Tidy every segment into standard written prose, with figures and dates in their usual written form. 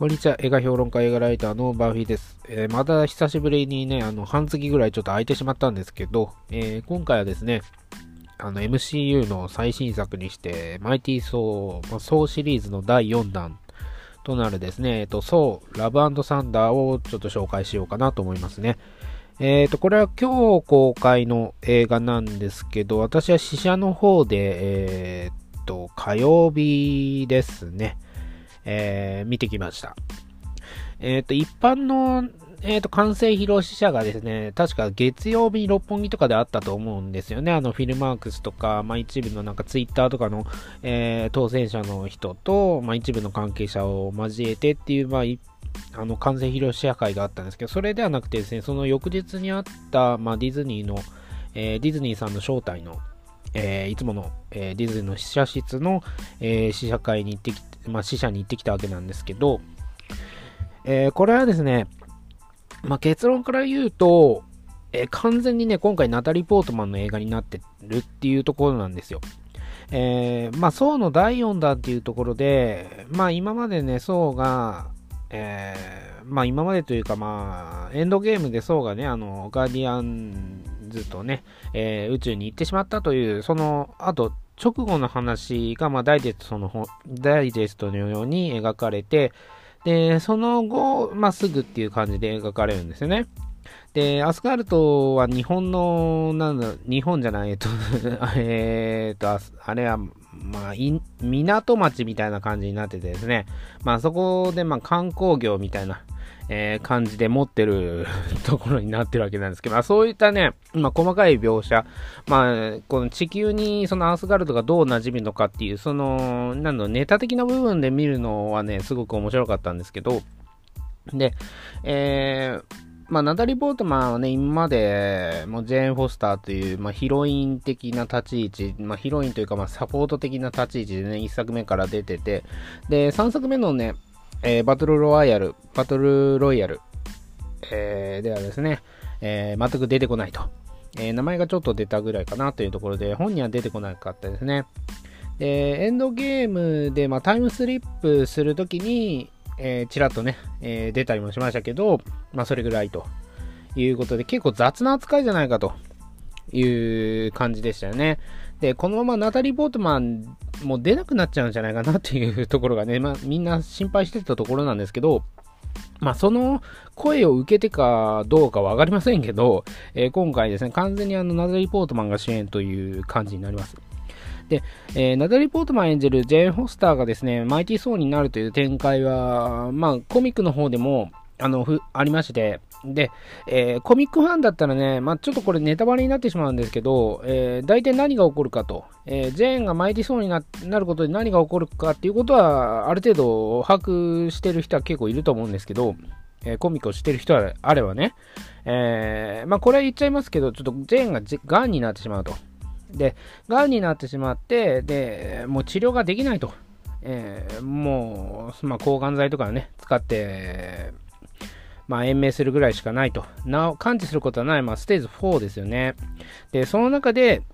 こんにちは。映画評論家、映画ライターのバーフィーです。また久しぶりにね、半月ぐらいちょっと空いてしまったんですけど、今回はですね、MCU の最新作にして、マイティー・ソー、ソーシリーズの第4弾となるですね、ソー、ラブ&サンダーをちょっと紹介しようかなと思いますね。これは今日公開の映画なんですけど、私は試写の方で、火曜日ですね。見てきました。一般の、完成披露試写がですね、確か月曜日に六本木とかであったと思うんですよね。フィルマークスとか、一部のなんかツイッターとかの、当選者の人と、一部の関係者を交えてっていう、完成披露試写会があったんですけど、それではなくてですね、その翌日にあった、ディズニーの、ディズニーさんの招待の、いつもの、ディズニーの試写室の、試写会に行ってきて、試写に行ってきたわけなんですけど、これはですね、結論から言うと、完全にね、今回ナタリー・ポートマンの映画になってるっていうところなんですよ。ソーの第4弾っていうところで、今までね、ソーが、今までというか、エンドゲームでソーがね、ガーディアンズとね、宇宙に行ってしまったという、その後、直後の話が、ダイジェストのように描かれて、で、その後、すぐっていう感じで描かれるんですよね。で、アスガルトは日本の、日本じゃない、あれは、港町みたいな感じになっててですね。そこで、観光業みたいな、感じで持ってるところになってるわけなんですけど、そういったね、細かい描写、この地球にそのアスガルトがどう馴染むのかっていう、その、ネタ的な部分で見るのはね、すごく面白かったんですけど、で、ナタリー・ポートマンはね、今まで、もうジェーン・フォスターという、ヒロイン的な立ち位置、ヒロインというか、サポート的な立ち位置でね、1作目から出てて、で、3作目のね、バトルロイヤル、ではですね、全く出てこないと。名前がちょっと出たぐらいかなというところで、本人は出てこなかったですね。で、エンドゲームで、タイムスリップするときに、ちらっとね、出たりもしましたけど、それぐらいということで、結構雑な扱いじゃないかという感じでしたよね。で、このままナタリー・ポートマンも出なくなっちゃうんじゃないかなっていうところがね、みんな心配してたところなんですけど、その声を受けてかどうかはわかりませんけど、今回ですね、完全にナタリー・ポートマンが主演という感じになります。で、ナタリー・ポートマン演じるジェーン・フォスターがですね、マイティー・ソーになるという展開は、コミックの方でも、ありまして、で、コミックファンだったらね、ちょっとこれネタバレになってしまうんですけど、大体何が起こるかと、ジェーンがマイティー・ソーになることで何が起こるかっていうことは、ある程度把握してる人は結構いると思うんですけど、コミックを知ってる人はあればね、これは言っちゃいますけど、ちょっとジェーンが癌になってしまうと。で、癌になってしまって、で、もう治療ができないと。もう、抗がん剤とかね、使って、延命するぐらいしかないと。なお、完治することはない、ステージ4ですよね。で、その中で、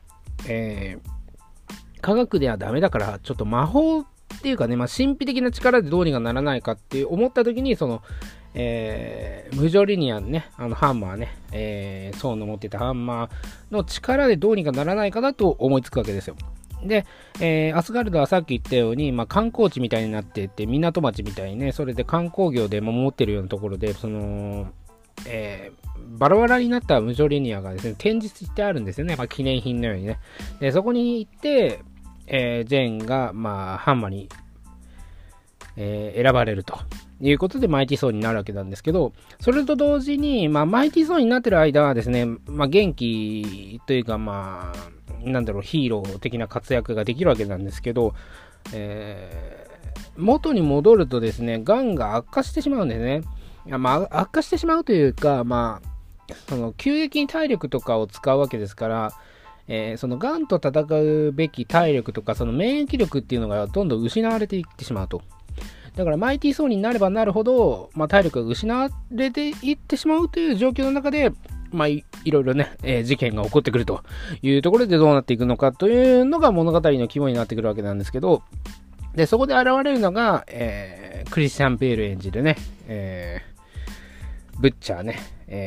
科学ではダメだから、ちょっと魔法っていうかね、神秘的な力でどうにかならないかって思った時に、その、ムジョリニアンね、ハンマーね、ソーの持ってたハンマーの力でどうにかならないかなと思いつくわけですよ。で、アスガルドはさっき言ったように、観光地みたいになっていて、港町みたいにね、それで観光業で守ってるようなところで、その、バラバラになったムジョリニアがですね、展示してあるんですよね。記念品のようにね。で、そこに行って、ジェーンが、ハンマーに、選ばれるということでマイティー・ソーになるわけなんですけど、それと同時に、マイティー・ソーになってる間はですね、元気というか、ヒーロー的な活躍ができるわけなんですけど、元に戻るとですね、癌が悪化してしまうんですね。悪化してしまうというか、その急激に体力とかを使うわけですから、その癌と戦うべき体力とか、その免疫力っていうのがどんどん失われていってしまうと。だからマイティー・ソーになればなるほど、体力が失われていってしまうという状況の中で、いろいろね、事件が起こってくるというところでどうなっていくのかというのが物語の肝になってくるわけなんですけど、で、そこで現れるのが、 クリスチャン・ベール演じるね、ブッチャーね、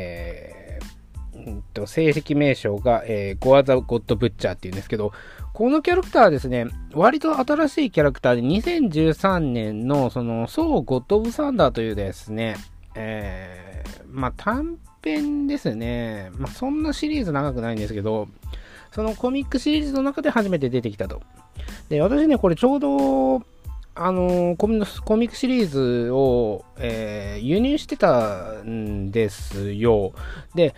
正式名称が、ゴア・ザ・ゴッド・ブッチャーっていうんですけど、このキャラクターはですね、割と新しいキャラクターで、2013年のその、ソー・ゴッド・オブ・サンダーというですね、短編ですね。そんなシリーズ長くないんですけど、そのコミックシリーズの中で初めて出てきたと。で、私ね、これちょうど、コミックシリーズを、輸入してたんですよ。で、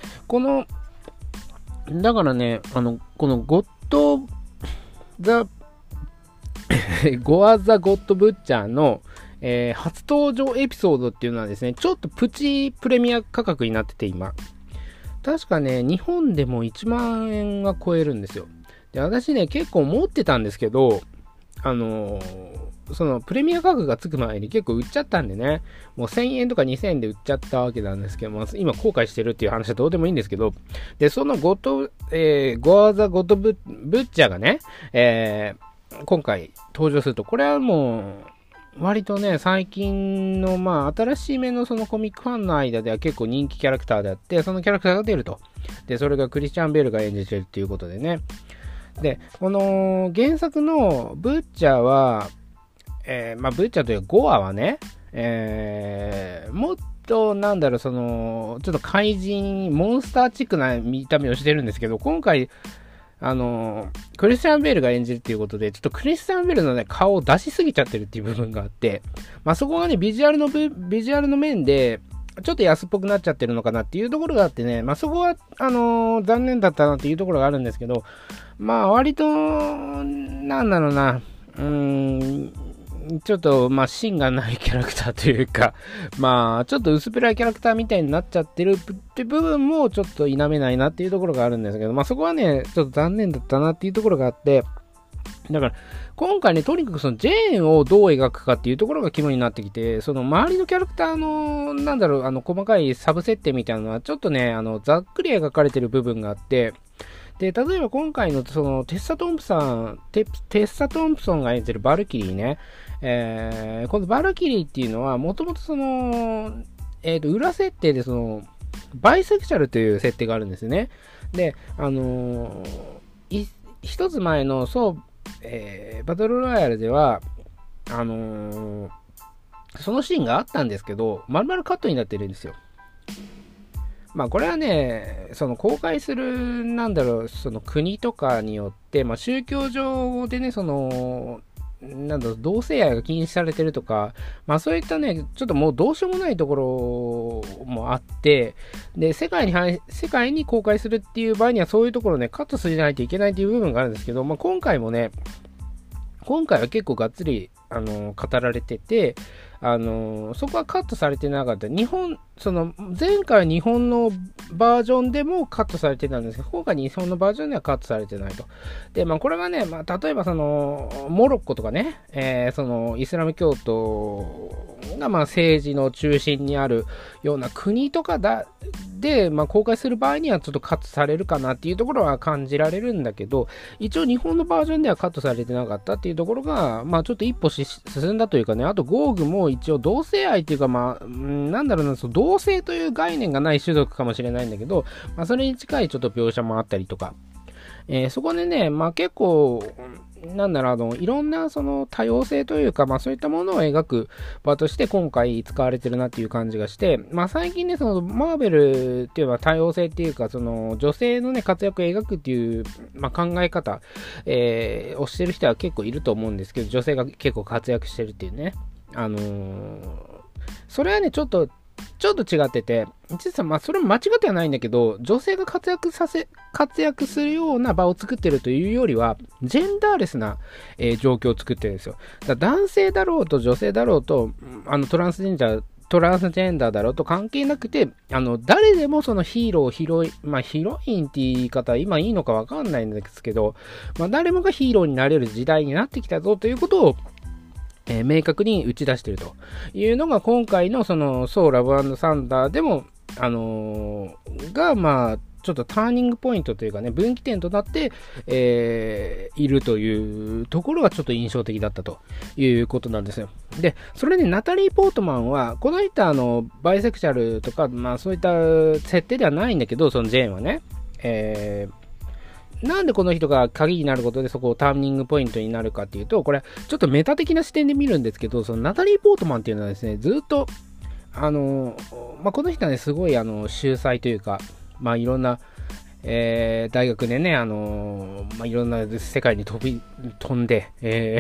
だからね、このゴッド・ゴア・ザ・ゴッド・ブッチャーの、初登場エピソードっていうのはですね、ちょっとプチプレミア価格になってて今。確かね、日本でも1万円が超えるんですよ。で、私ね、結構持ってたんですけど、そのプレミア価格がつく前に結構売っちゃったんでね、もう1000円とか2000円で売っちゃったわけなんですけども、今後悔してるっていう話はどうでもいいんですけど、で、そのゴア・ザ・ゴッド・ブッチャーがね、今回登場すると、これはもう、割とね、最近の、新しい目のそのコミックファンの間では結構人気キャラクターであって、そのキャラクターが出ると。で、それがクリスチャン・ベールが演じてるっていうことでね。で、この原作のブッチャーは、ブッチャーというかゴアはね、もっと、その、ちょっと怪人、モンスターチックな見た目をしてるんですけど、今回、クリスチャン・ベールが演じるっていうことで、ちょっとクリスチャン・ベールのね、顔を出しすぎちゃってるっていう部分があって、そこがね、ビジュアルの面で、ちょっと安っぽくなっちゃってるのかなっていうところがあってね、そこは、残念だったなっていうところがあるんですけど、割と、ちょっと、芯がないキャラクターというか、ちょっと薄っぺらいキャラクターみたいになっちゃってるって部分もちょっと否めないなっていうところがあるんですけど、そこはね、ちょっと残念だったなっていうところがあって、だから、今回ね、とにかくそのジェーンをどう描くかっていうところが肝になってきて、その周りのキャラクターの、細かいサブ設定みたいなのは、ちょっとね、ざっくり描かれてる部分があって、で、例えば今回のそのテッサ・トンプソンが演じるバルキリーね、このバルキリーっていうのは、もともとその、裏設定でその、バイセクシャルという設定があるんですね。で、一つ前の、バトルロイヤルでは、そのシーンがあったんですけど、丸々カットになってるんですよ。これはね、その公開する、その国とかによって、宗教上でね、その、同性愛が禁止されてるとか、そういったね、ちょっともうどうしようもないところもあって、で、世界に公開するっていう場合にはそういうところね、カットしないといけないっていう部分があるんですけど、今回は結構がっつり、語られてて、そこはカットされてなかった。前回は日本のバージョンでもカットされてたんですけど、今回日本のバージョンではカットされてないと。で、これはね、例えばその、モロッコとかね、その、イスラム教徒が、政治の中心にあるような国とかで、公開する場合にはちょっとカットされるかなっていうところは感じられるんだけど、一応日本のバージョンではカットされてなかったっていうところが、ちょっと一歩進んだというかね、あとゴーグも一応同性愛っていうか、その同性という概念がない種族かもしれないんだけど、それに近いちょっと描写もあったりとか、そこでね、結構、いろんなその多様性というか、そういったものを描く場として今回使われてるなっていう感じがして、最近ね、そのマーベルっていうのは多様性っていうか、その女性のね、活躍を描くっていう、考え方、をしてる人は結構いると思うんですけど、女性が結構活躍してるっていうね。それはね、ちょっと違ってて、実はそれも間違ってはないんだけど、女性が活躍するような場を作ってるというよりは、ジェンダーレスな、状況を作ってるんですよ。だから男性だろうと女性だろうと、トランスジェンダーだろうと関係なくて、誰でもそのヒロインって言い方、今いいのかわかんないんですけど、誰もがヒーローになれる時代になってきたぞということを、明確に打ち出しているというのが今回のそのソーラブ&サンダーでも、 ちょっとターニングポイントというかね、分岐点となって、いるというところがちょっと印象的だったということなんですよ。で、それでナタリー・ポートマンは、この人バイセクシャルとか、まあそういった設定ではないんだけど、そのジェーンはね、なんでこの人が鍵になることでそこをターニングポイントになるかっていうと、これちょっとメタ的な視点で見るんですけど、そのナタリー・ポートマンっていうのはですね、ずっとこの人はね、すごい秀才というか、まあいろんな、大学でね、いろんな世界に飛んで、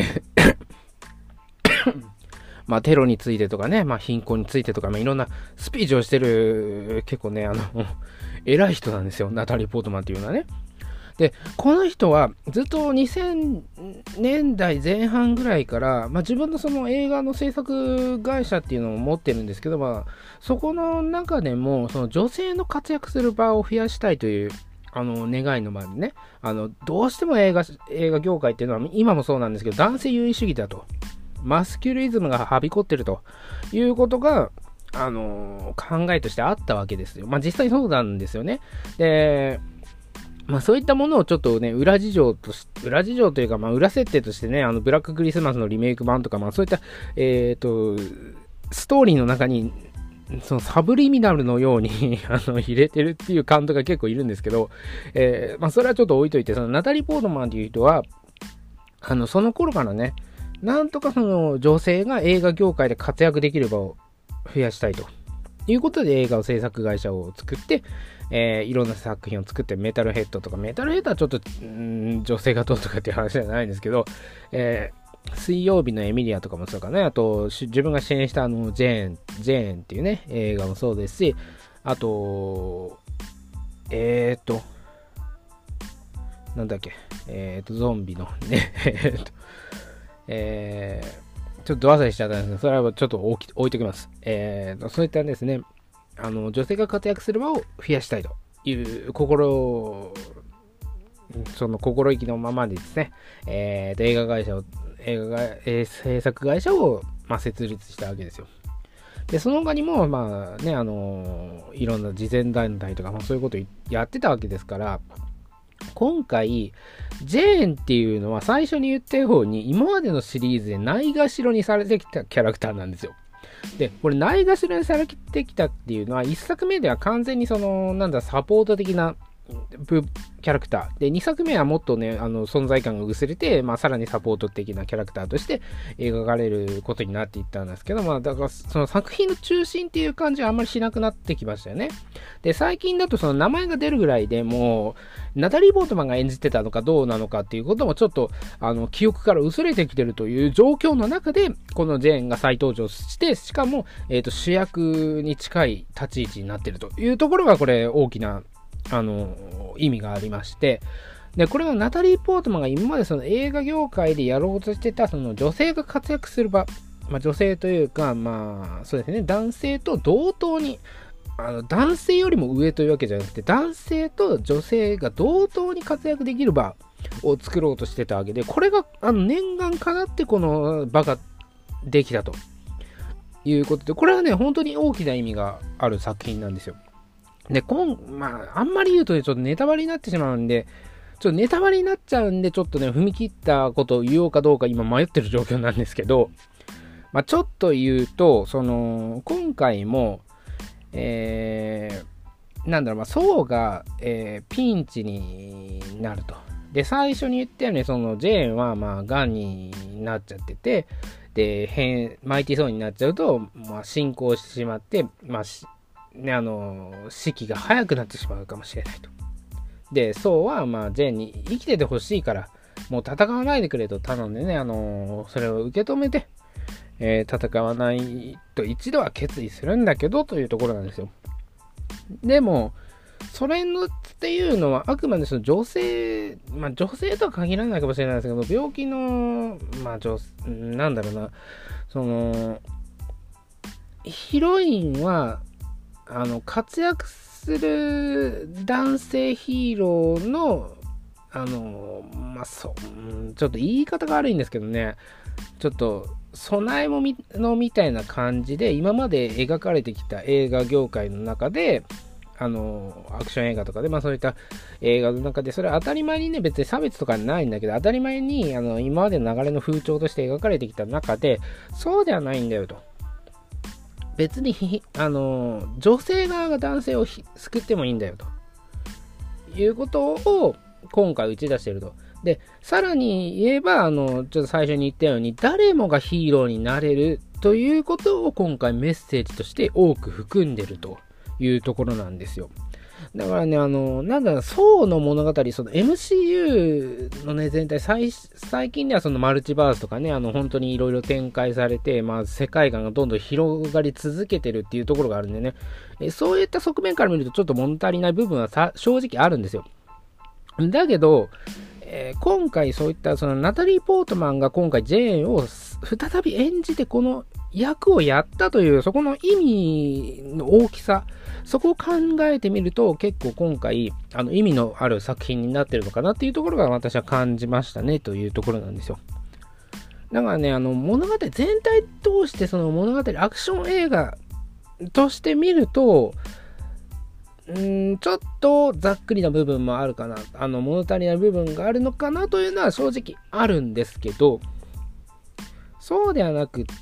まあテロについてとかね、まあ貧困についてとか、まあいろんなスピーチをしてる、結構ね、偉い人なんですよ、ナタリー・ポートマンっていうのはね。で、この人はずっと2000年代前半ぐらいから、まあ、自分のその映画の制作会社っていうのを持ってるんですけど、まあ、そこの中でもその女性の活躍する場を増やしたいという願いの場でね、どうしても映画業界っていうのは今もそうなんですけど、男性優位主義だと、マスキュリズムがはびこってるということが考えとしてあったわけですよ。まあ実際そうなんですよね。で、まあそういったものをちょっとね、裏事情というか、まあ裏設定としてね、ブラッククリスマスのリメイク版とか、まあそういった、ストーリーの中に、そのサブリミナルのように入れてるっていう感動が結構いるんですけど、まあそれはちょっと置いといて、そのナタリー・ポートマンっていう人は、その頃からね、なんとかその女性が映画業界で活躍できる場を増やしたいということで映画を制作会社を作って、いろんな作品を作って、メタルヘッドはちょっと女性がどうとかっていう話じゃないんですけど、水曜日のエミリアとかもそうかね、あと自分が主演したジェーンっていうね映画もそうですし、あとなんだっけ、ゾンビのねちょっと忘れしちゃったんですけど、それはちょっと置いときます。そういったですね、女性が活躍する場を増やしたいというその心意気のままでですね、映画制作会社を、まあ、設立したわけですよ。で、その他にも、まあね、いろんな慈善団体とか、まあ、そういうことをやってたわけですから、今回、ジェーンっていうのは最初に言ったように、今までのシリーズでないがしろにされてきたキャラクターなんですよ。で、これないがしろにされてきたっていうのは、1作目では完全にサポート的なキャラクターで、2作目はもっとね存在感が薄れて、まあ、さらにサポート的なキャラクターとして描かれることになっていったんですけど、まあ、だからその作品の中心っていう感じはあんまりしなくなってきましたよね。で、最近だとその名前が出るぐらいでもうナタリー・ポートマンが演じてたのかどうなのかっていうこともちょっと記憶から薄れてきてるという状況の中で、このジェーンが再登場して、しかも、主役に近い立ち位置になっているというところが、これ大きな意味がありまして、で、これはナタリー・ポートマンが今までその映画業界でやろうとしてたその女性が活躍する場、まあ、女性というか、まあそうですね、男性と同等に、男性よりも上というわけじゃなくて、男性と女性が同等に活躍できる場を作ろうとしてたわけで、これが念願かなってこの場ができたということで、これはね、本当に大きな意味がある作品なんですよ。で、まあ、あんまり言うとね、ちょっとネタバレになってしまうんで、ちょっとネタバレになっちゃうんで、ちょっとね、踏み切ったことを言おうかどうか今迷ってる状況なんですけど、まあ、ちょっと言うと、今回も、まあ、ソウが、ピンチになると。で、最初に言ったように、ジェーンは、まあ、癌になっちゃってて、で、マイティソーになっちゃうと、まあ、進行してしまって、まあ、死期が早くなってしまうかもしれないと。で、ソウは、まあ、ジェーンに生きててほしいから、もう戦わないでくれと頼んでね、それを受け止めて、戦わないと一度は決意するんだけど、というところなんですよ。でも、それのっていうのは、あくまでその女性、まあ女性とは限らないかもしれないですけど、病気の、まあなんだろうな、ヒロインは、活躍する男性ヒーローの、まあちょっと言い方が悪いんですけどね、ちょっと、備えもみたいな感じで、今まで描かれてきた映画業界の中で、 アクション映画とかで、そういった映画の中で、それは当たり前にね、別に差別とかないんだけど、当たり前に、今までの流れの風潮として描かれてきた中で、そうではないんだよと。別に、女性側が男性を救ってもいいんだよと。いうことを、今回打ち出していると。で、さらに言えば、ちょっと最初に言ったように、誰もがヒーローになれるということを今回メッセージとして多く含んでるというところなんですよ。だからね、ソーの物語、その MCU のね、全体、最近ではそのマルチバースとかね、本当にいろいろ展開されて、世界観がどんどん広がり続けてるっていうところがあるんでね、そういった側面から見るとちょっと物足りない部分は正直あるんですよ。だけど、今回そういったそのナタリー・ポートマンが今回ジェーンを再び演じてこの役をやったというそこの意味の大きさ、そこを考えてみると結構今回意味のある作品になってるのかなっていうところが私は感じましたねというところなんですよ。だからね、物語全体通してその物語アクション映画として見るとちょっとざっくりな部分もあるかな。物足りない部分があるのかなというのは正直あるんですけど、そうではなくって、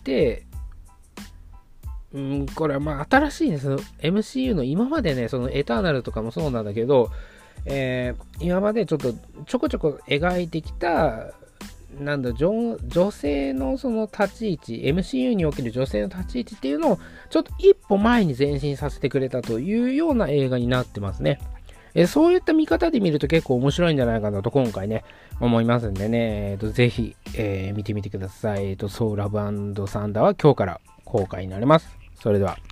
これは新しいね、その MCU の今までね、そのエターナルとかもそうなんだけど、今までちょこちょこ描いてきた、女性のその立ち位置、MCU における女性の立ち位置っていうのをちょっと一歩前に前進させてくれたというような映画になってますね。そういった見方で見ると結構面白いんじゃないかなと今回ね、思いますんでね、ぜひ、見てみてください。ソーラブ&サンダーは今日から公開になります。それでは。